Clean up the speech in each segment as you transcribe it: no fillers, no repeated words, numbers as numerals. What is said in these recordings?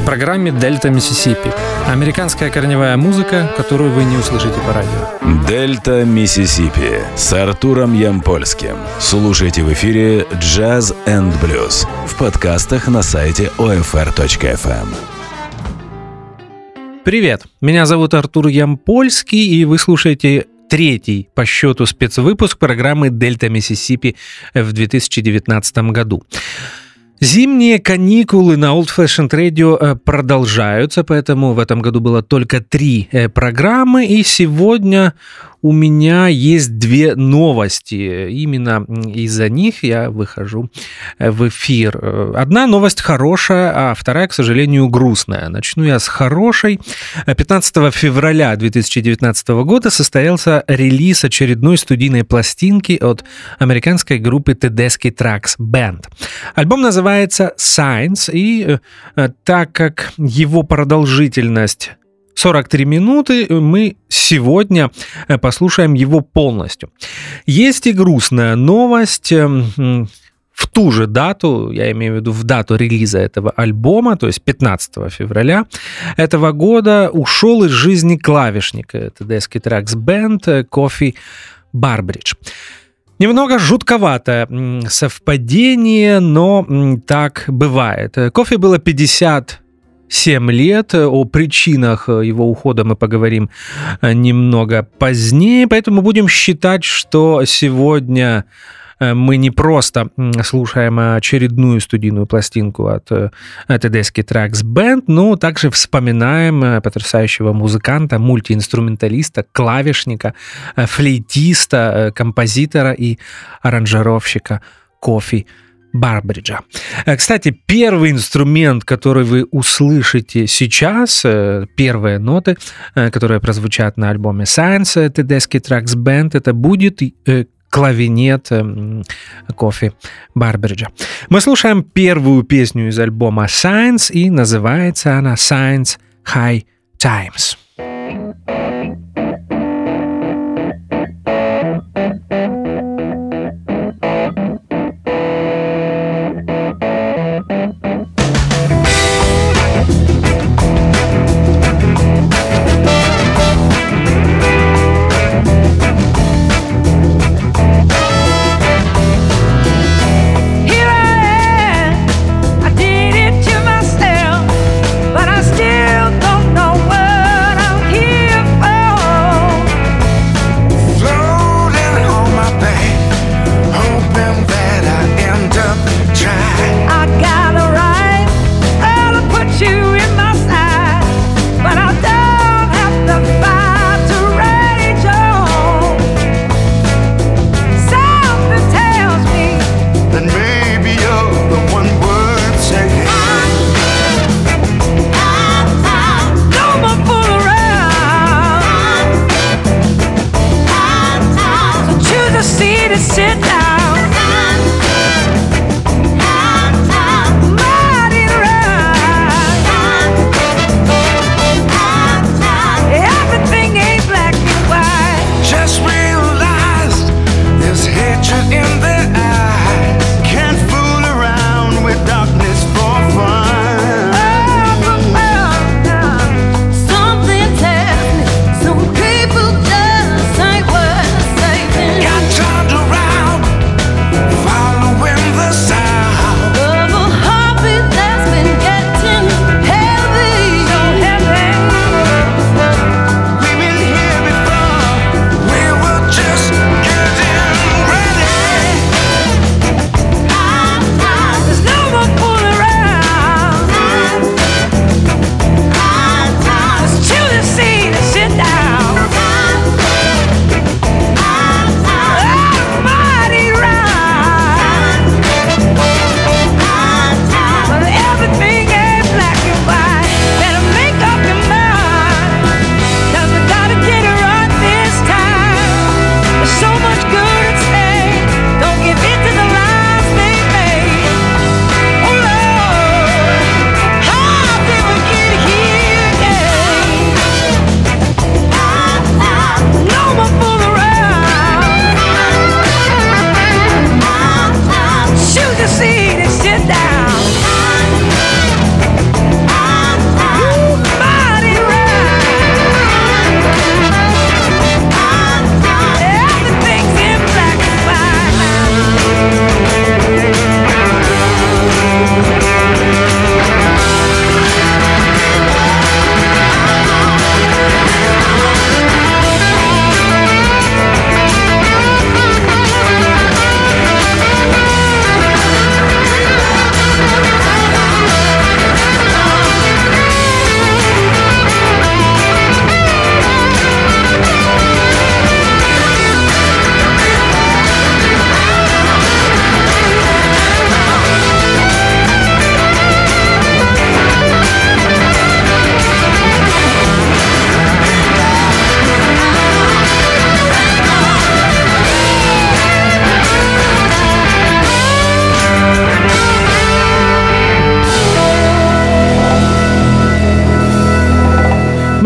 программе «Дельта Миссисипи». Американская корневая музыка, которую вы не услышите по радио. «Дельта Миссисипи» с Артуром Ямпольским. Слушайте в эфире «Джаз энд блюз» в подкастах на сайте OFR.FM. Привет, меня зовут Артур Ямпольский, и вы слушаете третий по счету спецвыпуск программы «Дельта Миссисипи» в 2019 году. Зимние каникулы на Old Fashioned Radio продолжаются, поэтому в этом году было только 3 программы, и сегодня у меня есть 2 новости. Именно из-за них я выхожу в эфир. Одна новость хорошая, а вторая, к сожалению, грустная. Начну я с хорошей. 15 февраля 2019 года состоялся релиз очередной студийной пластинки от американской группы Tedeschi Trucks Band. Альбом называется Signs, и так как его продолжительность 43 минуты, мы сегодня послушаем его полностью. Есть и грустная новость. В ту же дату, я имею в виду в дату релиза этого альбома, то есть 15 февраля этого года, ушел из жизни клавишника Tedeschi Trucks Band Кофи Барбридж. Немного жутковатое совпадение, но так бывает. Кофи было 57 лет. О причинах его ухода мы поговорим немного позднее, поэтому будем считать, что сегодня мы не просто слушаем очередную студийную пластинку от Tedeschi Trucks Band, но также вспоминаем потрясающего музыканта, мультиинструменталиста, клавишника, флейтиста, композитора и аранжировщика Кофи Барбриджа. Кстати, первый инструмент, который вы услышите сейчас, первые ноты, которые прозвучат на альбоме Signs Tedeschi Trucks Band, это будет клавинет Кофи Барбриджа. Мы слушаем первую песню из альбома Signs, и называется она Signs High Times. But I still don't know what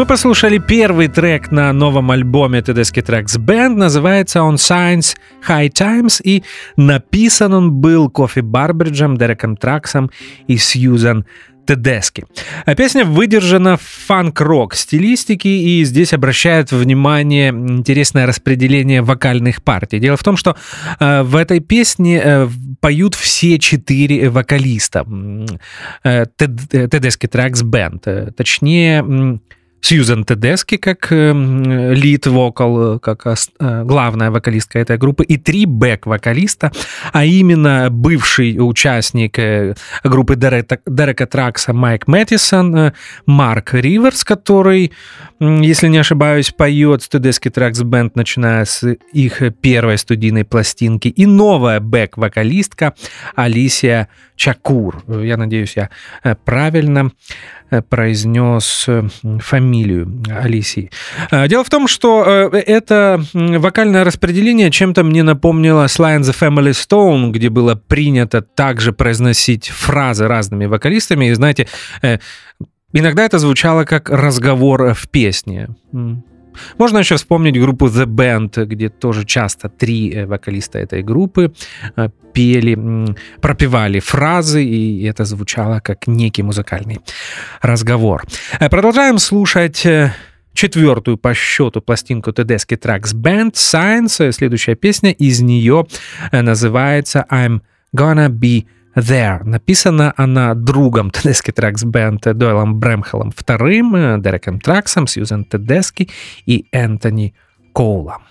Мы послушали первый трек на новом альбоме Tedeschi Trucks Band, называется он Science High Times, и написан он был Кофи Барбриджем, Дереком Траксом и Сьюзан Тедески. Песня выдержана в фанк-рок стилистике, и здесь обращает внимание интересное распределение вокальных партий. Дело в том, что в этой песне поют все 4 вокалиста Tedeschi Trucks Band, точнее Сьюзан Тедески как лид-вокал, как главная вокалистка этой группы, и 3 бэк-вокалиста, а именно бывший участник группы Дерека Тракса Майк Мэттисон, Марк Риверс, который, если не ошибаюсь, поет Tedeschi Trucks Band, начиная с их первой студийной пластинки, и новая бэк-вокалистка Алисия Чакур. Я надеюсь, я правильно произнес фамилию Алисии. Дело в том, что это вокальное распределение чем-то мне напомнило Sly and the Family Stone, где было принято также произносить фразы разными вокалистами. И знаете, иногда это звучало как разговор в песне. Можно еще вспомнить группу The Band, где тоже часто 3 вокалиста этой группы пропевали фразы, и это звучало как некий музыкальный разговор. Продолжаем слушать 4-ю по счету пластинку Tedeschi Trucks Band Science. Следующая песня из нее называется I'm Gonna Be There. Написана она другом Tedeschi Trucks Band Дойлом Брэмхеллом II, Дереком Траксом, Сьюзан Тедески и Энтони Коулом.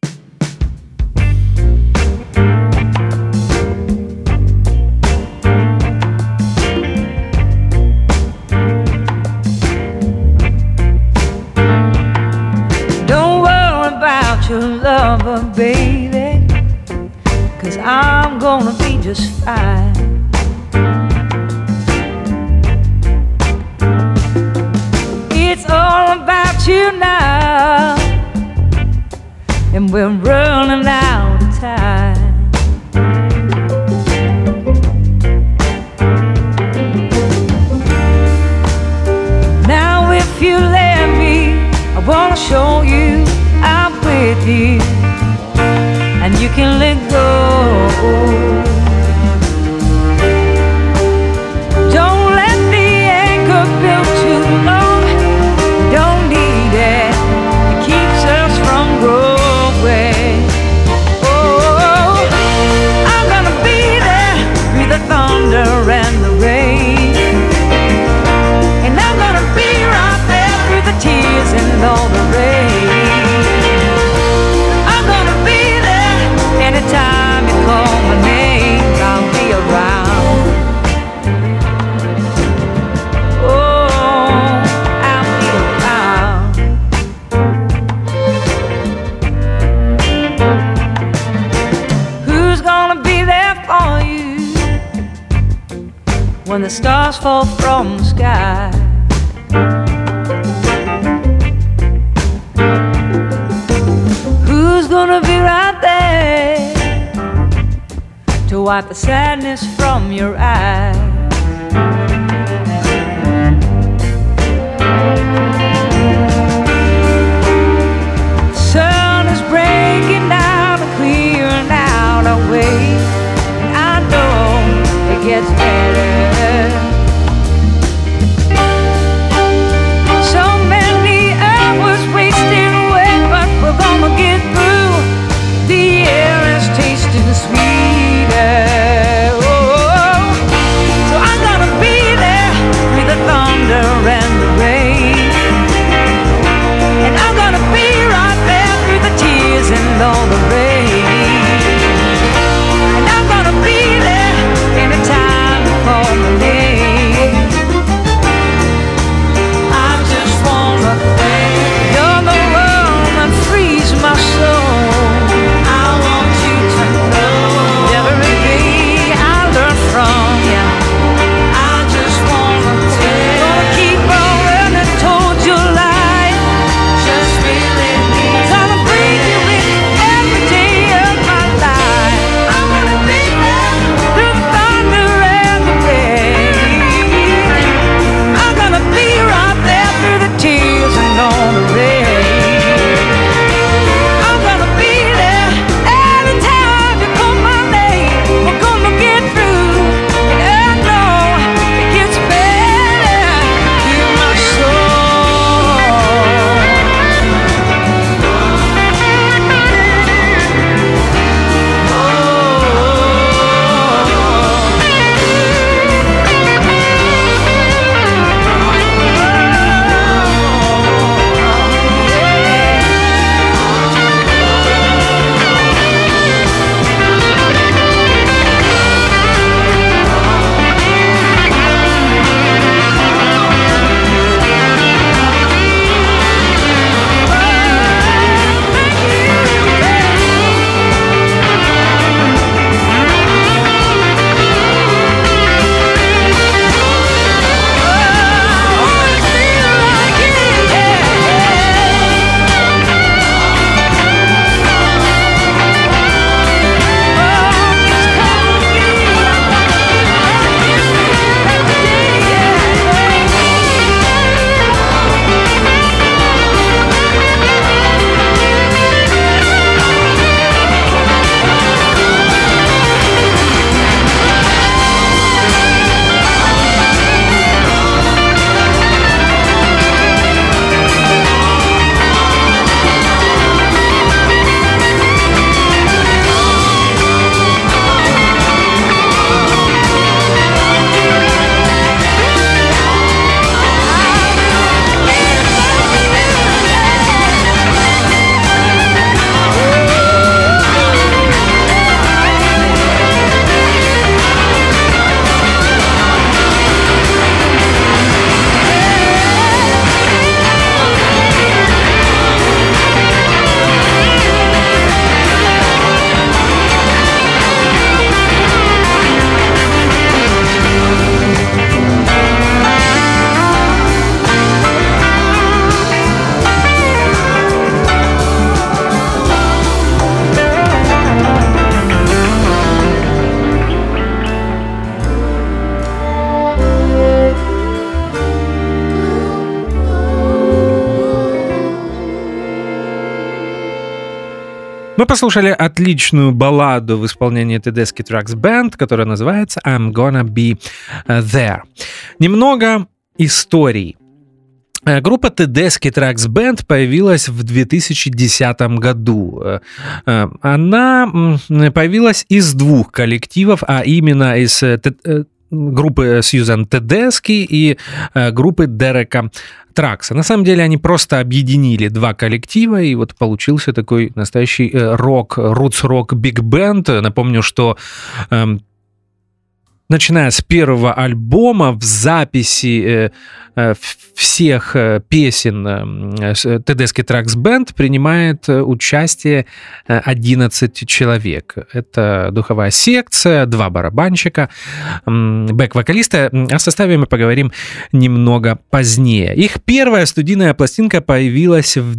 Don't worry about your lover, baby, 'cause I'm gonna be just fine. It's all about you now, and we're running out of time. Now if you let me, I wanna show you I'm with you, and you can let go. Don't let the anchor build too long. Don't need it. It keeps us from growing. Oh, I'm gonna be there through the thunder and the rain, and I'm gonna be right there through the tears and all the rain. I'm gonna be there anytime you call my name. I'll be around. Oh, I'll be around. Who's gonna be there for you when the stars fall from the sky? Who's gonna be right there to wipe the sadness from your eyes? Sun is breaking out and clearing out our way, and I know it gets better. So many hours wasted away, but we're gonna get through. The air is tasting sweeter. Oh, so I'm gonna be there Мы послушали отличную балладу в исполнении Tedeschi Trucks Band, которая называется «I'm Gonna Be There». Немного историй. Группа Tedeschi Trucks Band появилась в 2010 году. Она появилась из двух коллективов, а именно из группы Сьюзан Тедески и группы Дерека Тракса. На самом деле они просто объединили два коллектива, и вот получился такой настоящий рок, рутс-рок биг-бенд. Напомню, что начиная с первого альбома в записи всех песен Tedeschi Trucks Band принимает участие 11 человек. Это духовая секция, 2 барабанщика, бэк-вокалиста. О составе мы поговорим немного позднее. Их первая студийная пластинка появилась в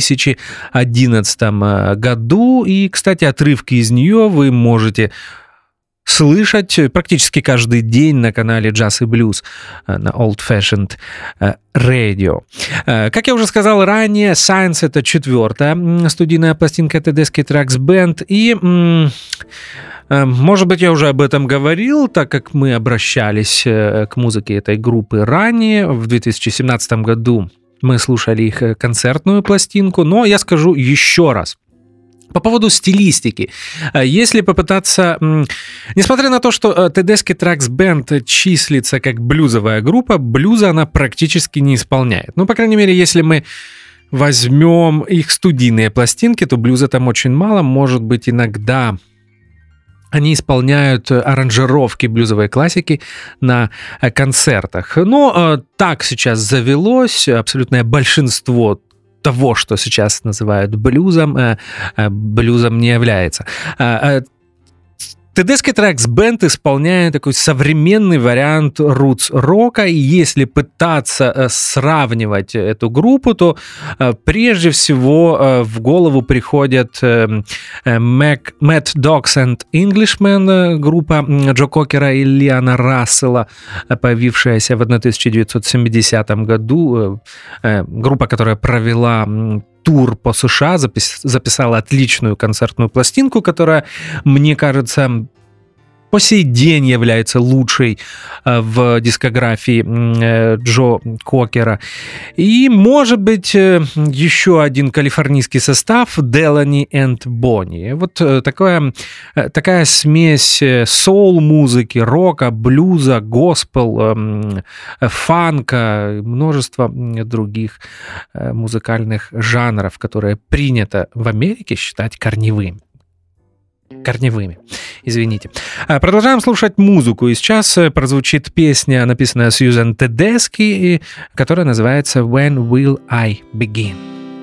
2011 году, и, кстати, отрывки из нее вы можете слышать практически каждый день на канале Jazz и Blues на Old Fashioned Radio. Как я уже сказал ранее, Science — это 4-я студийная пластинка Tedeschi Trucks Band, и может быть, я уже об этом говорил, так как мы обращались к музыке этой группы ранее, в 2017 году мы слушали их концертную пластинку, но я скажу еще раз. По поводу стилистики. Если попытаться... Несмотря на то, что Tedeschi Trucks Band числится как блюзовая группа, блюза она практически не исполняет. Ну, по крайней мере, если мы возьмем их студийные пластинки, то блюза там очень мало. Может быть, иногда они исполняют аранжировки блюзовой классики на концертах. Но так сейчас завелось. Абсолютное большинство того, что сейчас называют блюзом, блюзом не является. Tedeschi Trucks Band исполняет такой современный вариант рутс-рока, и если пытаться сравнивать эту группу, то прежде всего в голову приходят Mad Dogs and Englishmen, группа Джо Кокера и Лиана Рассела, появившаяся в 1970 году, группа, которая провела тур по США, записала отличную концертную пластинку, которая, мне кажется, по сей день является лучшей в дискографии Джо Кокера. И, может быть, еще один калифорнийский состав Делани and Бонни. Вот такая смесь соул-музыки, рока, блюза, госпел, фанка, множество других музыкальных жанров, которые принято в Америке считать корневыми. Извините. Продолжаем слушать музыку. И сейчас прозвучит песня, написанная Сьюзан Тедески, которая называется «When Will I Begin?».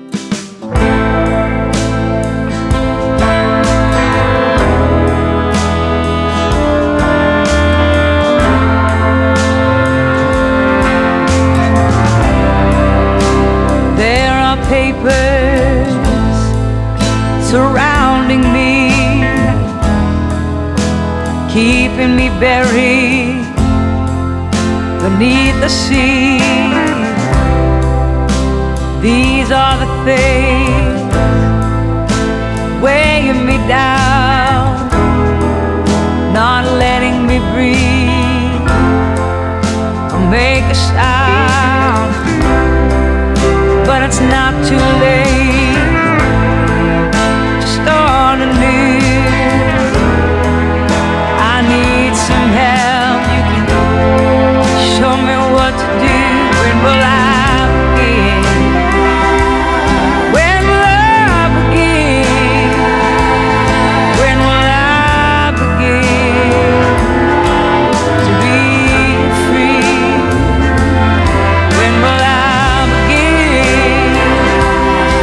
There are papers surrounding me, keeping me buried beneath the sea. These are the things weighing me down, not letting me breathe or make a sound. But it's not too late to start anew. I need some help. You can show me what to do. When will I begin? When will I begin? When will I begin to be free? When will I begin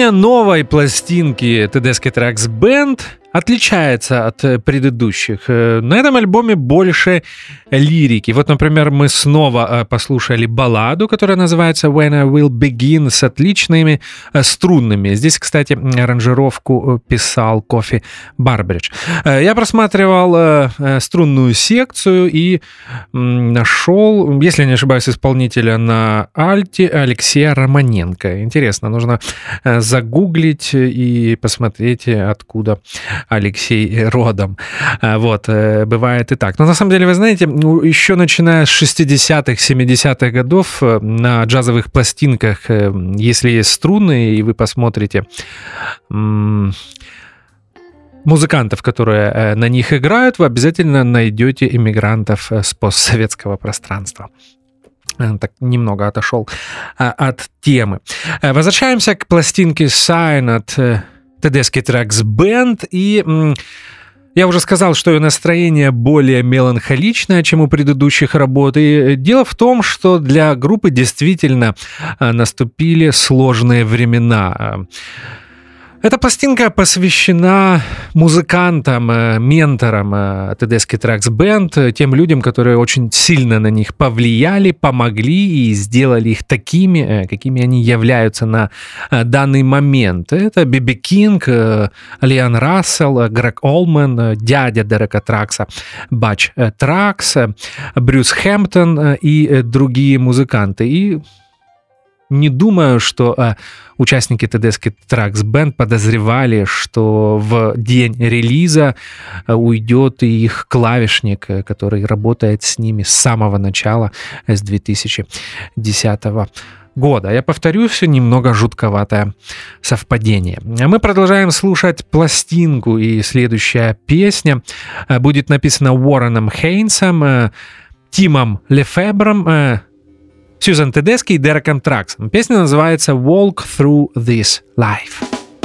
Звучание новой пластинки Tedeschi Trucks Band отличается от предыдущих. На этом альбоме больше лирики. Вот, например, мы снова послушали балладу, которая называется «When I Will Begin» с отличными струнными. Здесь, кстати, аранжировку писал Кофи Барбридж. Я просматривал струнную секцию и нашел, если не ошибаюсь, исполнителя на альте Алексея Романенко. Интересно, нужно загуглить и посмотреть, откуда Алексей родом. Вот, бывает и так. Но на самом деле, вы знаете, еще начиная с 60-х, 70-х годов на джазовых пластинках, если есть струны, и вы посмотрите музыкантов, которые на них играют, вы обязательно найдете иммигрантов с постсоветского пространства. Так немного отошел от темы. Возвращаемся к пластинке Sign от Tedeschi Trucks Band, и я уже сказал, что ее настроение более меланхоличное, чем у предыдущих работ, и дело в том, что для группы действительно наступили сложные времена. Эта пластинка посвящена музыкантам, менторам Tedeschi Trucks Band, тем людям, которые очень сильно на них повлияли, помогли и сделали их такими, какими они являются на данный момент. Это Биби Кинг, Лиан Рассел, Грег Олман, дядя Дерека Тракса, Батч Тракс, Брюс Хэмптон и другие музыканты. И не думаю, что участники Tedeschi Trucks Band подозревали, что в день релиза уйдет и их клавишник, который работает с ними с самого начала, с 2010 года. Я повторюсь, немного жутковатое совпадение. Мы продолжаем слушать пластинку, и следующая песня будет написана Уорреном Хейнсом, Тимом Лефебром, Сьюзан Тедески и Дереком Траксом. Песня называется «Walk Through This Life».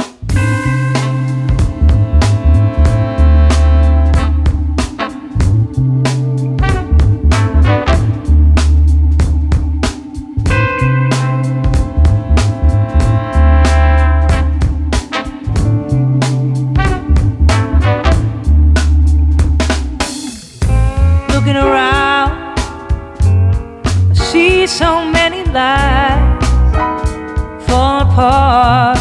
Looking around, I see so many lives fall apart.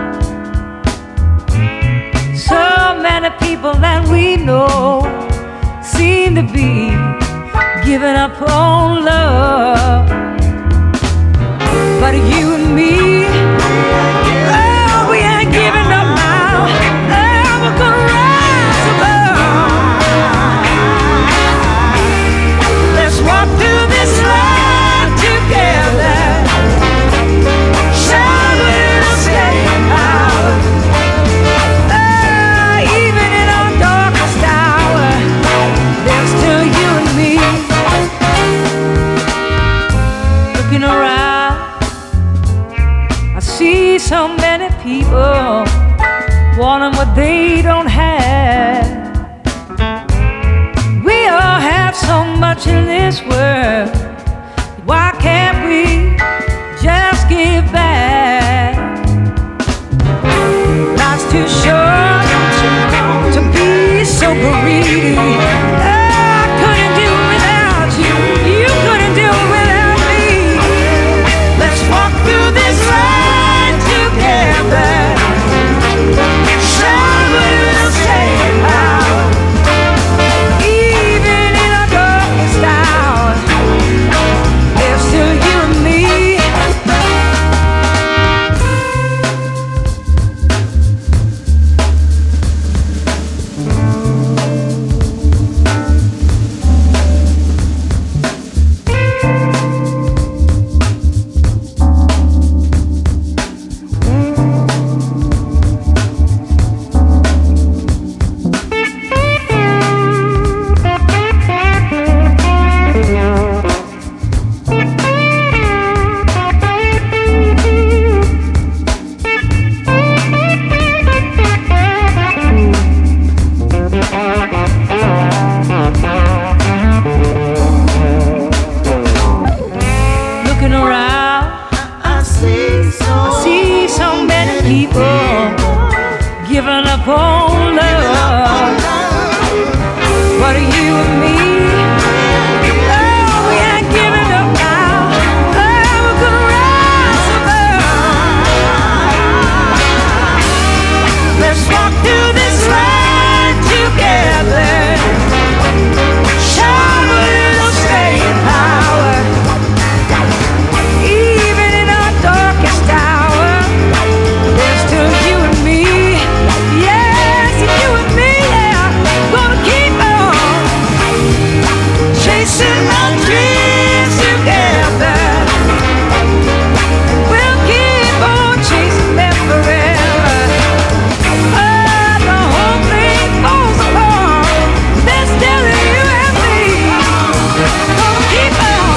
So many people that we know seem to be giving up on love. But you and me, oh, we ain't giving up now. Oh, we're gonna rise above. Let's walk through this life together. Shine with us, stay power. Oh, even in our darkest hour, there's still you and me. Looking around, I see so many people wanting what they don't have. We all have so much in this world. Why can't we just give back? Life's too short to be so greedy. I couldn't do without you. You couldn't do without me. Let's walk through this line together. Shine with us, stay power. Even in our darkest hour, there's still you and me. What are you and me? Oh, we ain't giving up now. Oh, we're gonna rise above. Let's walk through this land together. Shine a little staying power. Even in our darkest hour, there's still you and me. Yes, you and me, yeah. Gonna keep on chasing our dreams together. We'll keep on chasing them forever. Oh, the whole thing falls apart. There's still you and me. Gonna keep on.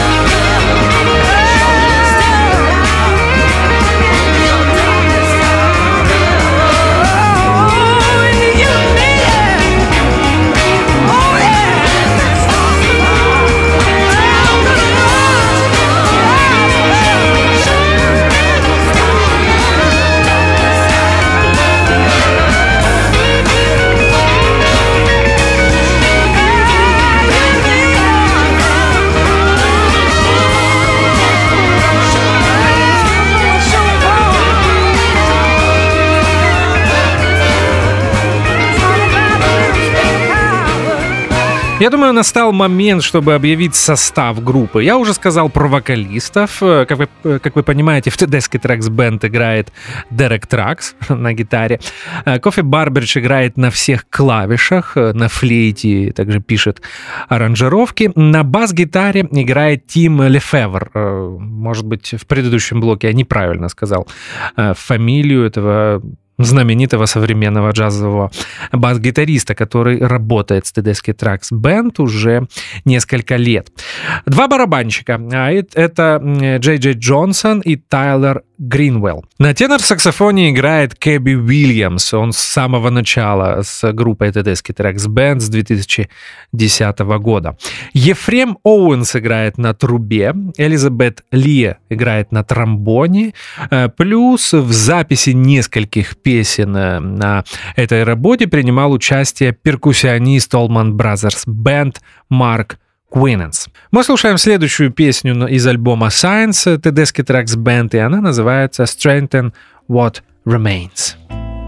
Я думаю, настал момент, чтобы объявить состав группы. Я уже сказал про вокалистов. Как вы понимаете, в Tedeschi Trucks Band играет Дерек Тракс на гитаре. Кофи Барберидж играет на всех клавишах, на флейте, также пишет аранжировки. На бас-гитаре играет Тим Лефевр. Может быть, в предыдущем блоке я неправильно сказал фамилию этого знаменитого современного джазового бас-гитариста, который работает с Tedeschi Trucks Band уже несколько лет. Два барабанщика, это Джей Джей Джонсон и Тайлер Гринвелл. На тенор-саксофоне играет Кэби Уильямс, он с самого начала с группой Tedeschi Trucks Band с 2010 года. Ефрем Оуэнс играет на трубе, Элизабет Ли играет на тромбоне, плюс в записи нескольких песен на этой работе принимал участие перкуссионист Allman Brothers Band Марк Quinans. Мы слушаем следующую песню из альбома Science Tedeschi Trucks Band, и она называется Strengthen What Remains.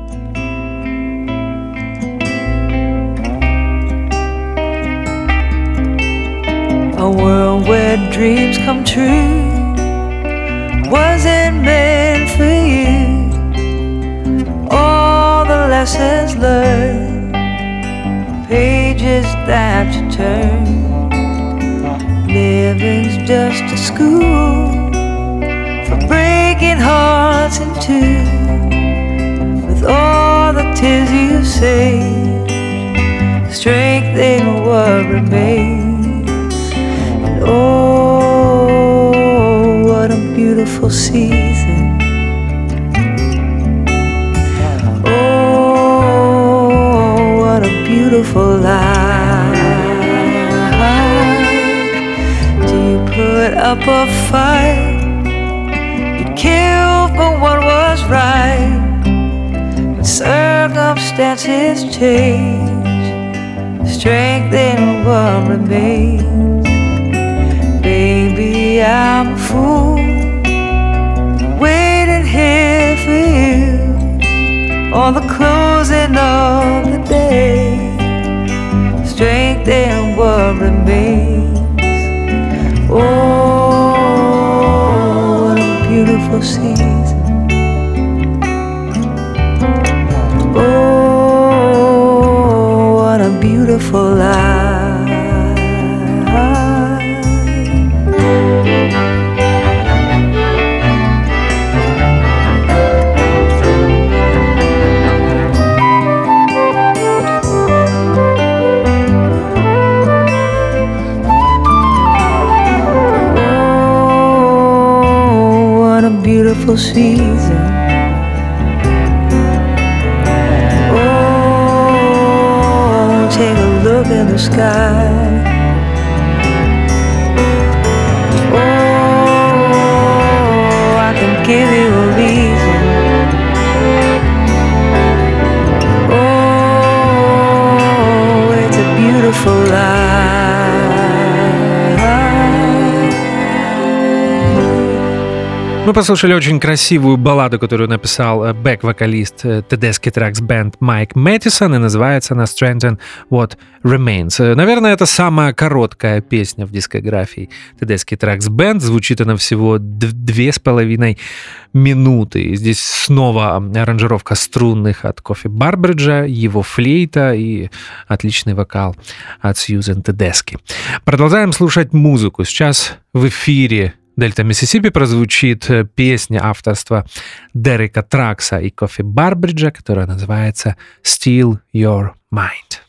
A world where dreams come true wasn't meant for you. All the lessons learned, pages that you turn. Living's just a school for breaking hearts in two. With all the tears you saved, strengthen what remains. And oh, what a beautiful season. Oh, what a beautiful life. Put up a fight, you killed for what was right. But circumstances change, strengthen what remains. Baby, I'm a fool, waiting here for you. On the closing of the day, strengthen what remains. Oh, what a beautiful season. Oh, what a beautiful life. Beautiful season. Oh, take a look at the sky. Oh, I can give you a reason. Oh, it's a beautiful beautiful life. Мы послушали очень красивую балладу, которую написал бэк-вокалист Tedeschi Trucks Band Майк Мэттисон, и называется она Strengthen What Remains. Наверное, это самая короткая песня в дискографии Tedeschi Trucks Band. Звучит она всего 2,5 минуты. Здесь снова аранжировка струнных от Кофи Барбриджа, его флейта и отличный вокал от Сьюзен Тедески. Продолжаем слушать музыку. Сейчас в эфире Дельта Миссисипи прозвучит песня авторства Дерека Тракса и Кофи Барбриджа, которая называется «Steal Your Mind».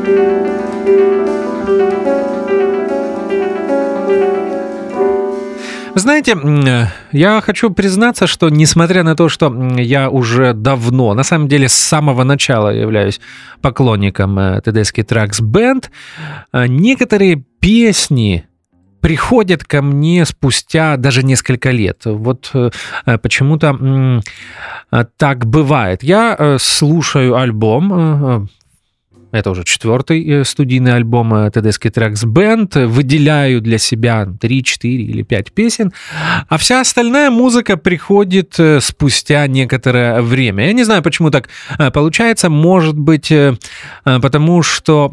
Знаете, я хочу признаться, что несмотря на то, что я уже давно, на самом деле с самого начала являюсь поклонником Tedeschi Trucks Band, некоторые песни приходят ко мне спустя даже несколько лет. Вот почему-то так бывает. Я слушаю альбом, это уже 4-й студийный альбом Tedeschi Trucks Band, выделяю для себя 3, 4 или 5 песен, а вся остальная музыка приходит спустя некоторое время. Я не знаю, почему так получается, может быть, потому что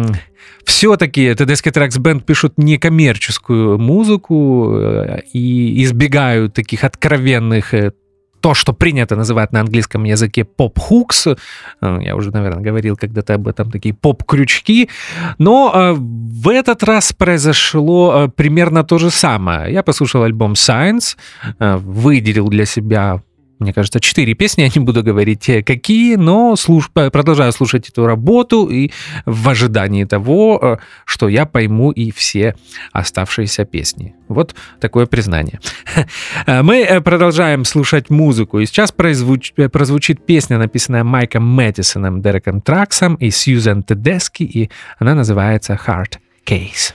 все-таки Tedeschi Trucks Band пишут некоммерческую музыку и избегают таких откровенных, то, что принято называть на английском языке поп-хукс. Я уже, наверное, говорил когда-то об этом, такие поп-крючки. Но в этот раз произошло примерно то же самое. Я послушал альбом Science, выделил для себя, мне кажется, 4 песни, я не буду говорить какие, но продолжаю слушать эту работу и в ожидании того, что я пойму и все оставшиеся песни. Вот такое признание. Мы продолжаем слушать музыку, и сейчас прозвучит песня, написанная Майком Мэдисоном, Дереком Траксом и Сьюзен Тедески, и она называется «Hard Case».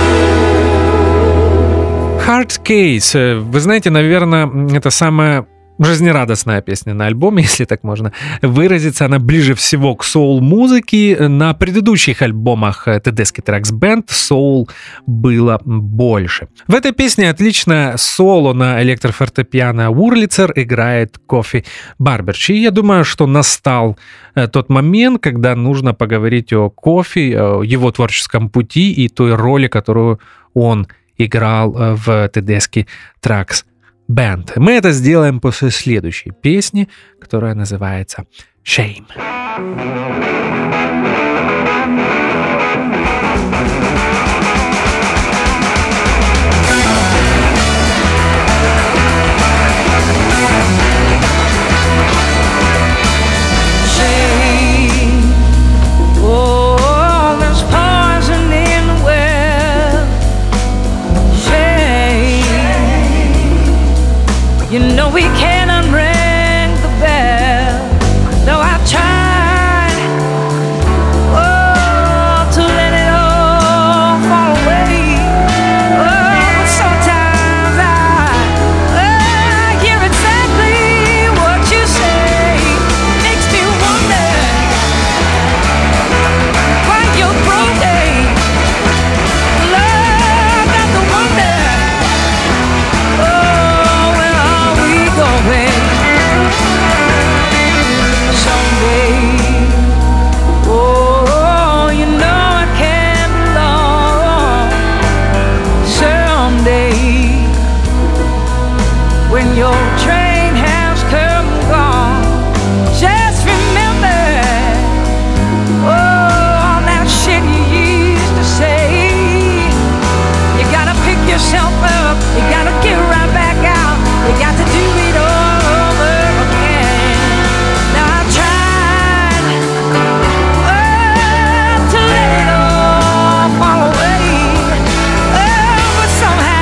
Hard Case. Вы знаете, наверное, это самая жизнерадостная песня на альбоме, если так можно выразиться. Она ближе всего к соул-музыке. На предыдущих альбомах Tedeschi Trucks Band соул было больше. В этой песне отлично соло на электрофортепиано Урлицер играет Кофи Барберч. И я думаю, что настал тот момент, когда нужно поговорить о Кофи, о его творческом пути и той роли, которую он играл в Tedeschi Trucks Band. Мы это сделаем после следующей песни, которая называется «Shame». You know we can't unring the bell, though I've tried, to let it all fall away. But sometimes I hear exactly what you say. Makes me wonder why you're broken. Love, got to wonder. Your train has come and gone. Just remember, all that shit you used to say. You gotta pick yourself up. You gotta get right back out. You got to do it all over again. Now I tried to let it all fall away, but somehow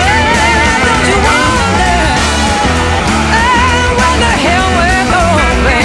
the hell we're going.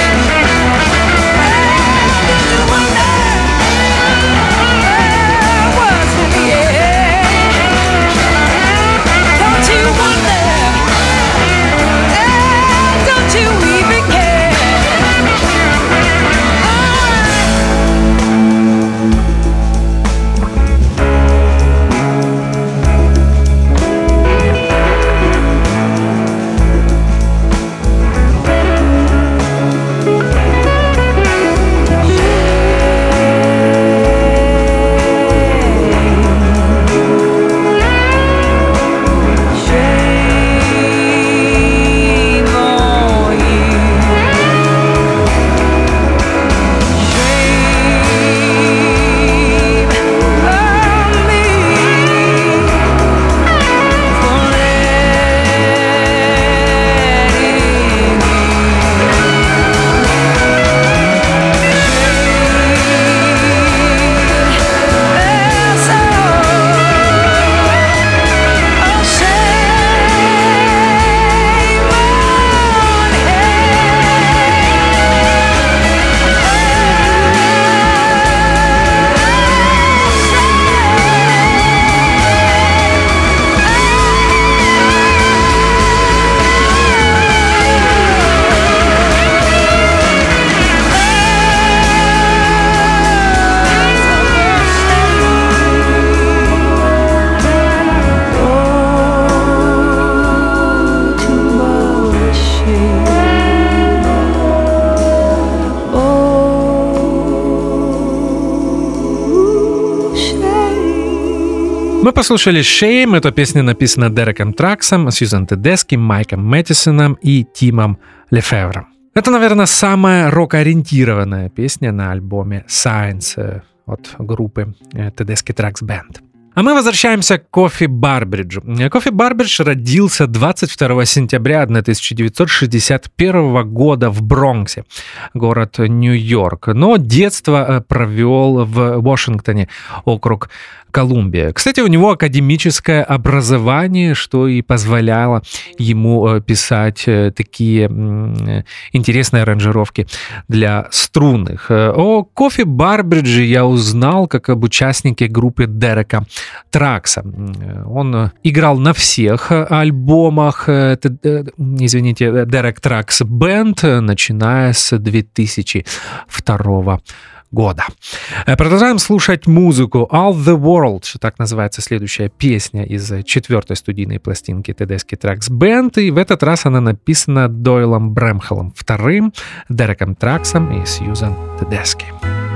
Мы послушали «Shame». Эта песня написана Дереком Траксом, Сьюзан Тедески, Майком Мэттисоном и Тимом Лефевром. Это, наверное, самая рок-ориентированная песня на альбоме Science от группы Tedeschi Trucks Band. А мы возвращаемся к Кофи Барбриджу. Кофи Барбридж родился 22 сентября 1961 года в Бронксе, город Нью-Йорк, но детство провел в Вашингтоне, округ Колумбия. Кстати, у него академическое образование, что и позволяло ему писать такие интересные аранжировки для струнных. О Кофи Барбридже я узнал как об участнике группы Дерека Тракса. Он играл на всех альбомах, Derek Trucks Band, начиная с 2002 года. Продолжаем слушать музыку. All the World, так называется следующая песня из 4-й студийной пластинки Tedeschi Trucks Band, и в этот раз она написана Дойлом Брэмхеллом II, Дереком Траксом и Сьюзан Тедески.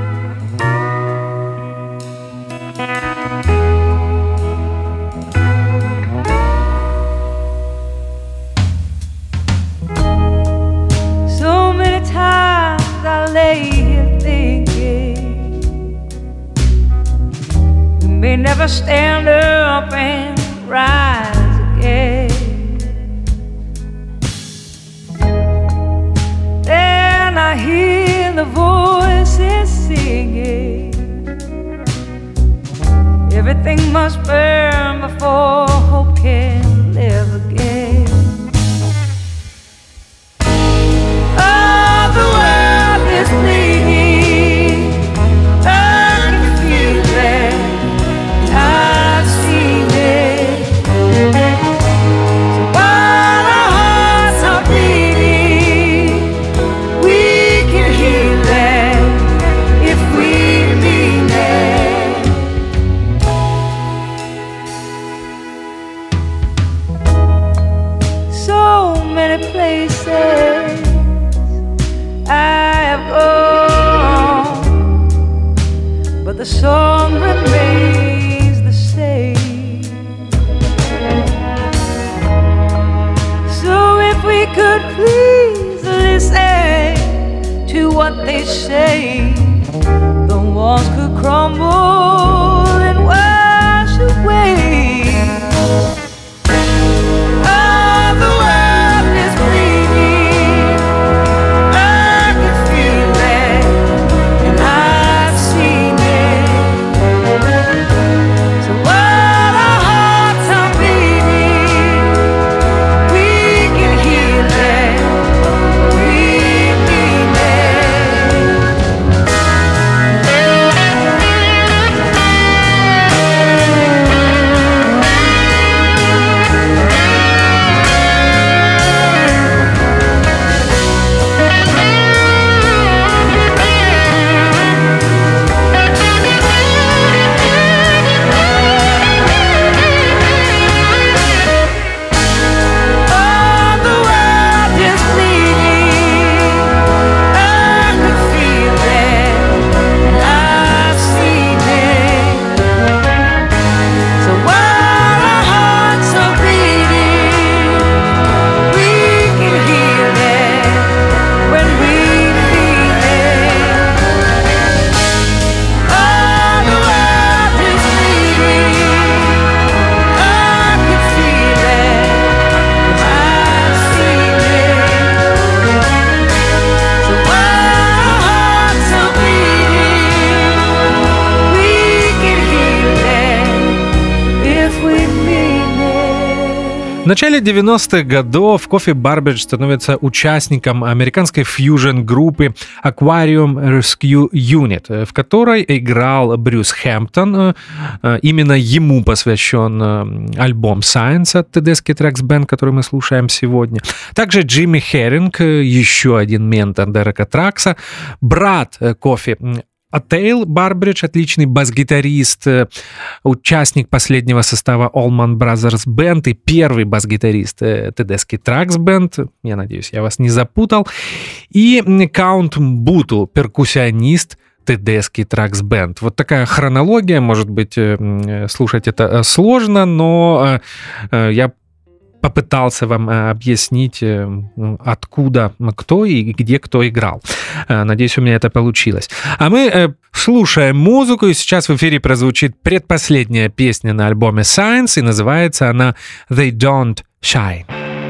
So many times I lay here thinking we may never stand up and rise again. Then I hear the voices singing, everything must burn before hope can live again. Oh, the world is bleeding, I can feel it, I've seen it. So while our hearts are beating, we can heal it if we mean it. So many places I have gone, but the song remains the same. So if we could please listen to what they say, the walls could crumble and wash away. Oh, the world is bleeding, I can feel it, and I've seen it. So while our hearts are beating, we can heal it, we mean Oh, the world is bleeding, I can feel it, and I've seen it. So while our hearts are beating, we can heal it when we feel it. Oh, the world is bleeding, I can feel it, and I've seen it. So while our hearts are beating, we can heal it if we mean it. В начале 90-х годов Кофи Барбридж становится участником американской фьюжн-группы Aquarium Rescue Unit, в которой играл Брюс Хэмптон. Именно ему посвящен альбом Science от Tedeschi Trucks Band, который мы слушаем сегодня. Также Джимми Херинг, еще один ментор Дерека Тракса, брат Кофи Тейл Барбридж, отличный бас-гитарист, участник последнего состава Allman Brothers Band и первый бас-гитарист Tedeschi Trucks Band, я надеюсь, я вас не запутал, и Каунт Буту, перкуссионист Tedeschi Trucks Band. Вот такая хронология, может быть, слушать это сложно, но я попытался вам объяснить, откуда кто и где кто играл. Надеюсь, у меня это получилось. А мы слушаем музыку, и сейчас в эфире прозвучит предпоследняя песня на альбоме Science, и называется она «They Don't Shine».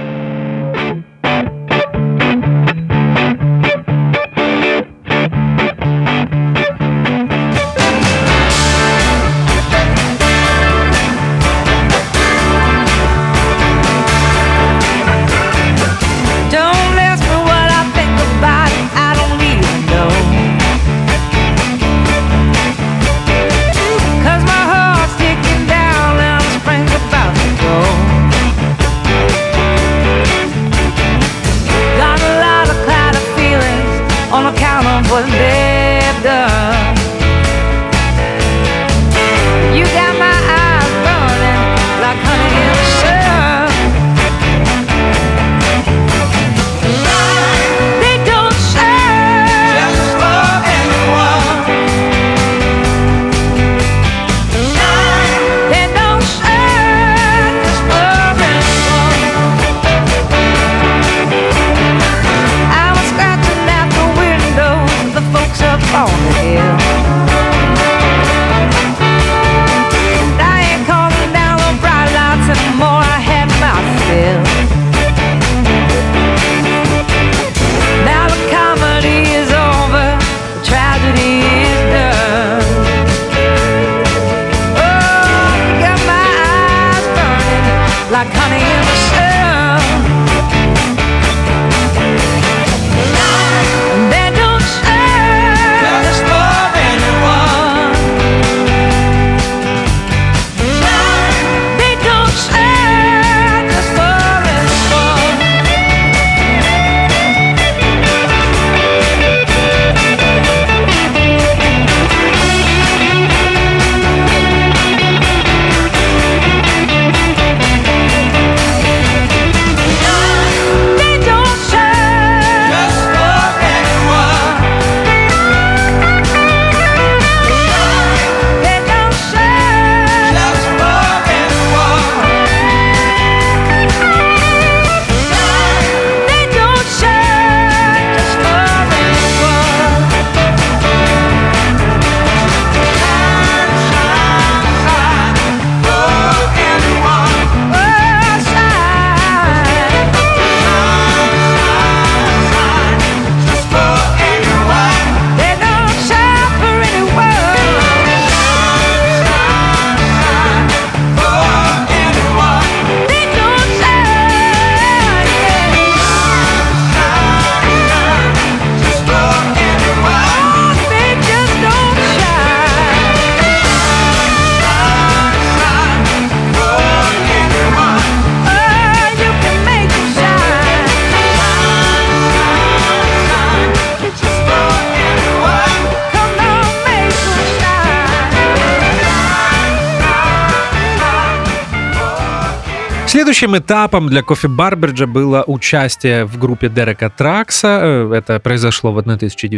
Следующим этапом для Кофи Барбриджа было участие в группе Дерека Тракса. Это произошло в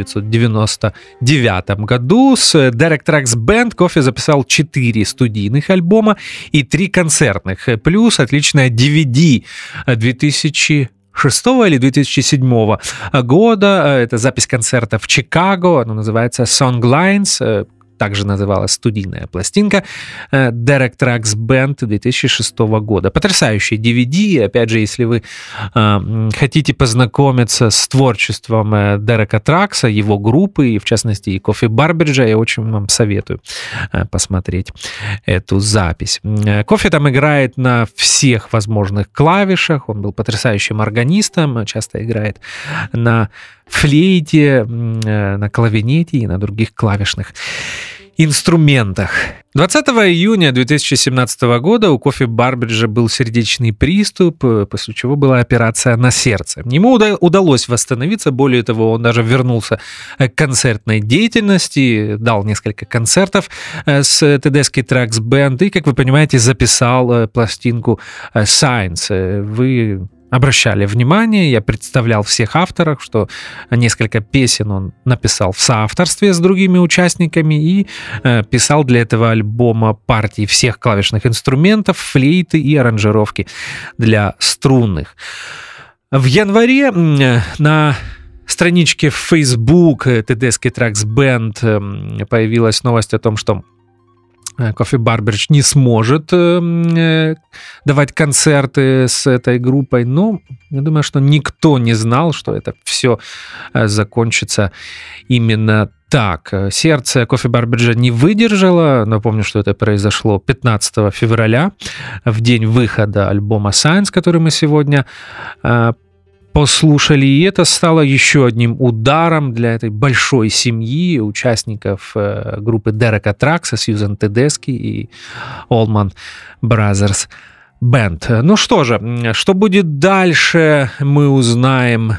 1999 году. С Derek Trucks Band Кофи записал 4 студийных альбома и 3 концертных, плюс отличная DVD 2006 или 2007 года. Это запись концерта в Чикаго. Она называется Songlines. Также называлась студийная пластинка Derek Trucks Band 2006 года. Потрясающий DVD. Опять же, если вы хотите познакомиться с творчеством Дерека Тракса, его группы, и в частности и Кофи Барбриджа, я очень вам советую посмотреть эту запись. Кофи там играет на всех возможных клавишах. Он был потрясающим органистом, часто играет на флейте, на клавинете и на других клавишных инструментах. 20 июня 2017 года у Кофи Барбриджа был сердечный приступ, после чего была операция на сердце. Ему удалось восстановиться, более того, он даже вернулся к концертной деятельности, дал несколько концертов с Tedeschi Trucks Band и, как вы понимаете, записал пластинку Science. Вы обращали внимание, я представлял всех авторов, что несколько песен он написал в соавторстве с другими участниками и писал для этого альбома партии всех клавишных инструментов, флейты и аранжировки для струнных. В январе на страничке в Facebook Tedeschi Trucks Band появилась новость о том, что Кофи Барбидж не сможет давать концерты с этой группой, но я думаю, что никто не знал, что это все закончится именно так. Сердце Кофи Барбиджа не выдержало. Напомню, что это произошло 15 февраля, в день выхода альбома Science, который мы сегодня послушали, и это стало еще одним ударом для этой большой семьи участников группы Дерека Тракса, Сьюзан Тедески и Allman Brothers Band. Ну что же, что будет дальше, мы узнаем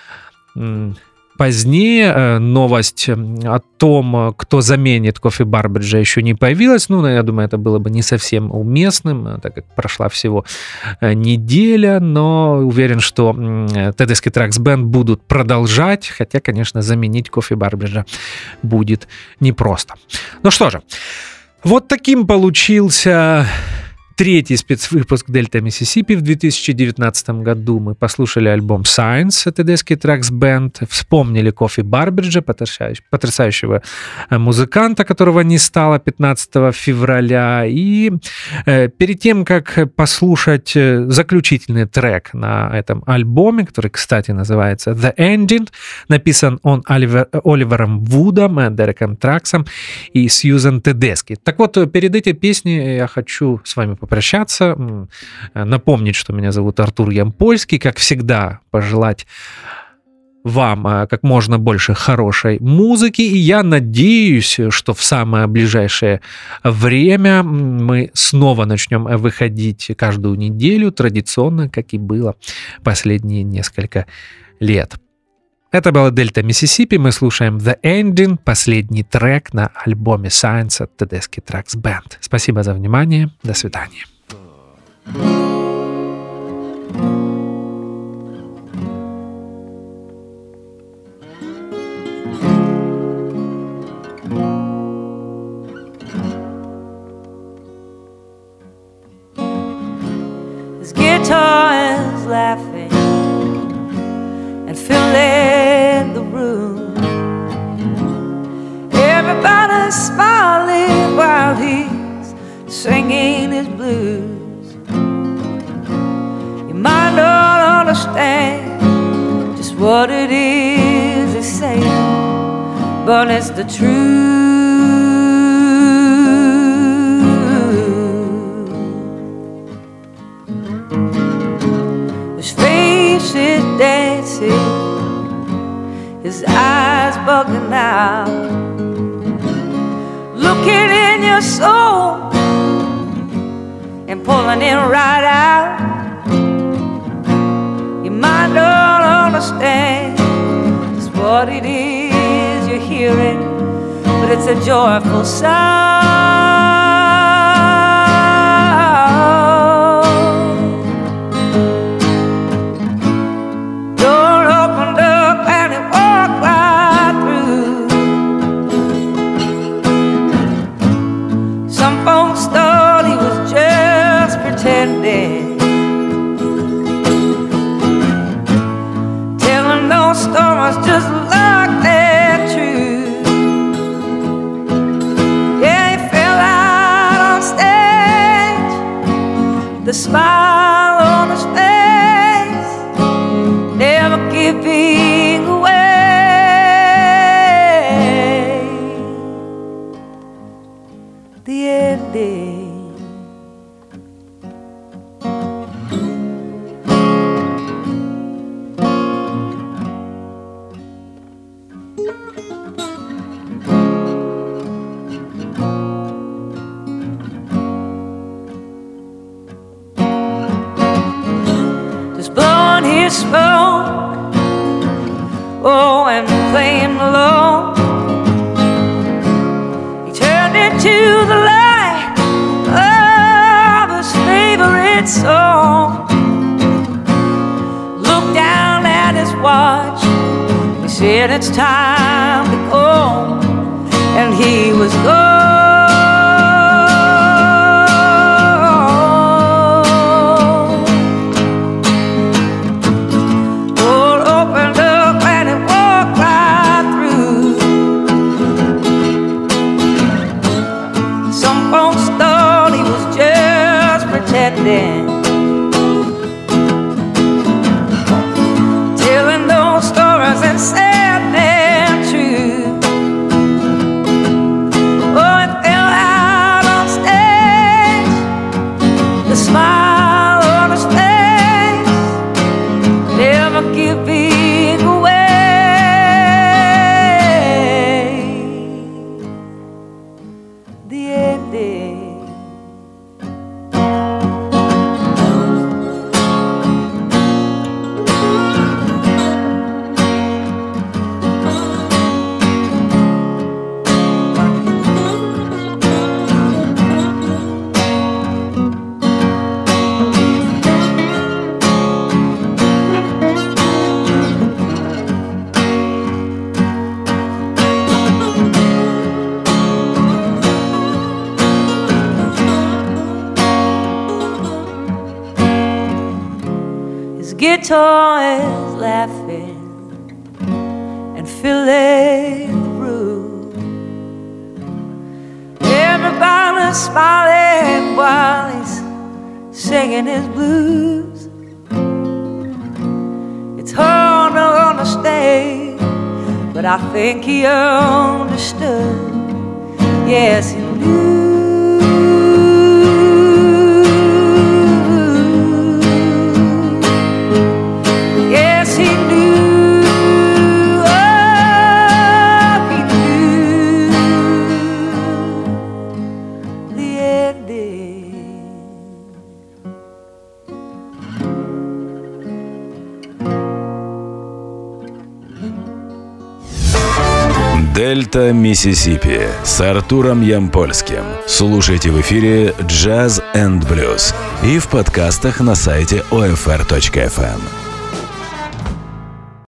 позднее. Новость о том, кто заменит Кофи Барбиджа, еще не появилась. Ну, я думаю, это было бы не совсем уместным, так как прошла всего неделя, но уверен, что Tedeschi Trucks Band будут продолжать, хотя, конечно, заменить Кофи Барбиджа будет непросто. Ну что же, вот таким получился третий спецвыпуск Delta Mississippi в 2019 году. Мы послушали альбом Science Tedeschi Trucks Band, вспомнили Кофи Барбиджа, потрясающего музыканта, которого не стало 15 февраля. И перед тем, как послушать заключительный трек на этом альбоме, который, кстати, называется The Ending, написан он Оливером Вудом, Дереком Траксом и Сьюзан Тедески. Так вот, перед этой песней я хочу с вами попрощаться, напомнить, что меня зовут Артур Ямпольский, как всегда, пожелать вам как можно больше хорошей музыки, и я надеюсь, что в самое ближайшее время мы снова начнем выходить каждую неделю, традиционно, как и было последние несколько лет. Это была Delta Mississippi, мы слушаем The Ending, последний трек на альбоме Science от Tedeschi Trucks Band. Спасибо за внимание, до свидания. His guitar is laughing and filling the room. Everybody's smiling while he's singing his blues. You might not understand just what it is he's saying, but it's the truth. His face is dancing, his eyes bugging out, looking in your soul and pulling it right out. You might not understand just what it is you're hearing, but it's a joyful sound. Door opened up and it walked right through. Some folks thought he was just pretending, telling those stories just like they're true. Yeah, he fell out on stage, the smile on his face, never giving away. The ending. Just blowing his smoke, oh, and playing alone. He turned into the light of his favorite song. watch. He said it's time to go, and he was gone. Door opened up and he walked right through. Some folks thought he was just pretending, telling those stories and said they're true. Oh, it fell out on stage, the smile on his face, never giving away. The ending. His guitar is laughing and filling the room. Everybody's smiling while he's singing his blues. It's hard to understand, but I think he understood. Yes, he knew. Yes, he knew. Oh, he knew the ending. Дельта Миссисипи с Артуром Ямпольским. Слушайте в эфире Jazz and Blues и в подкастах на сайте OFR.FM.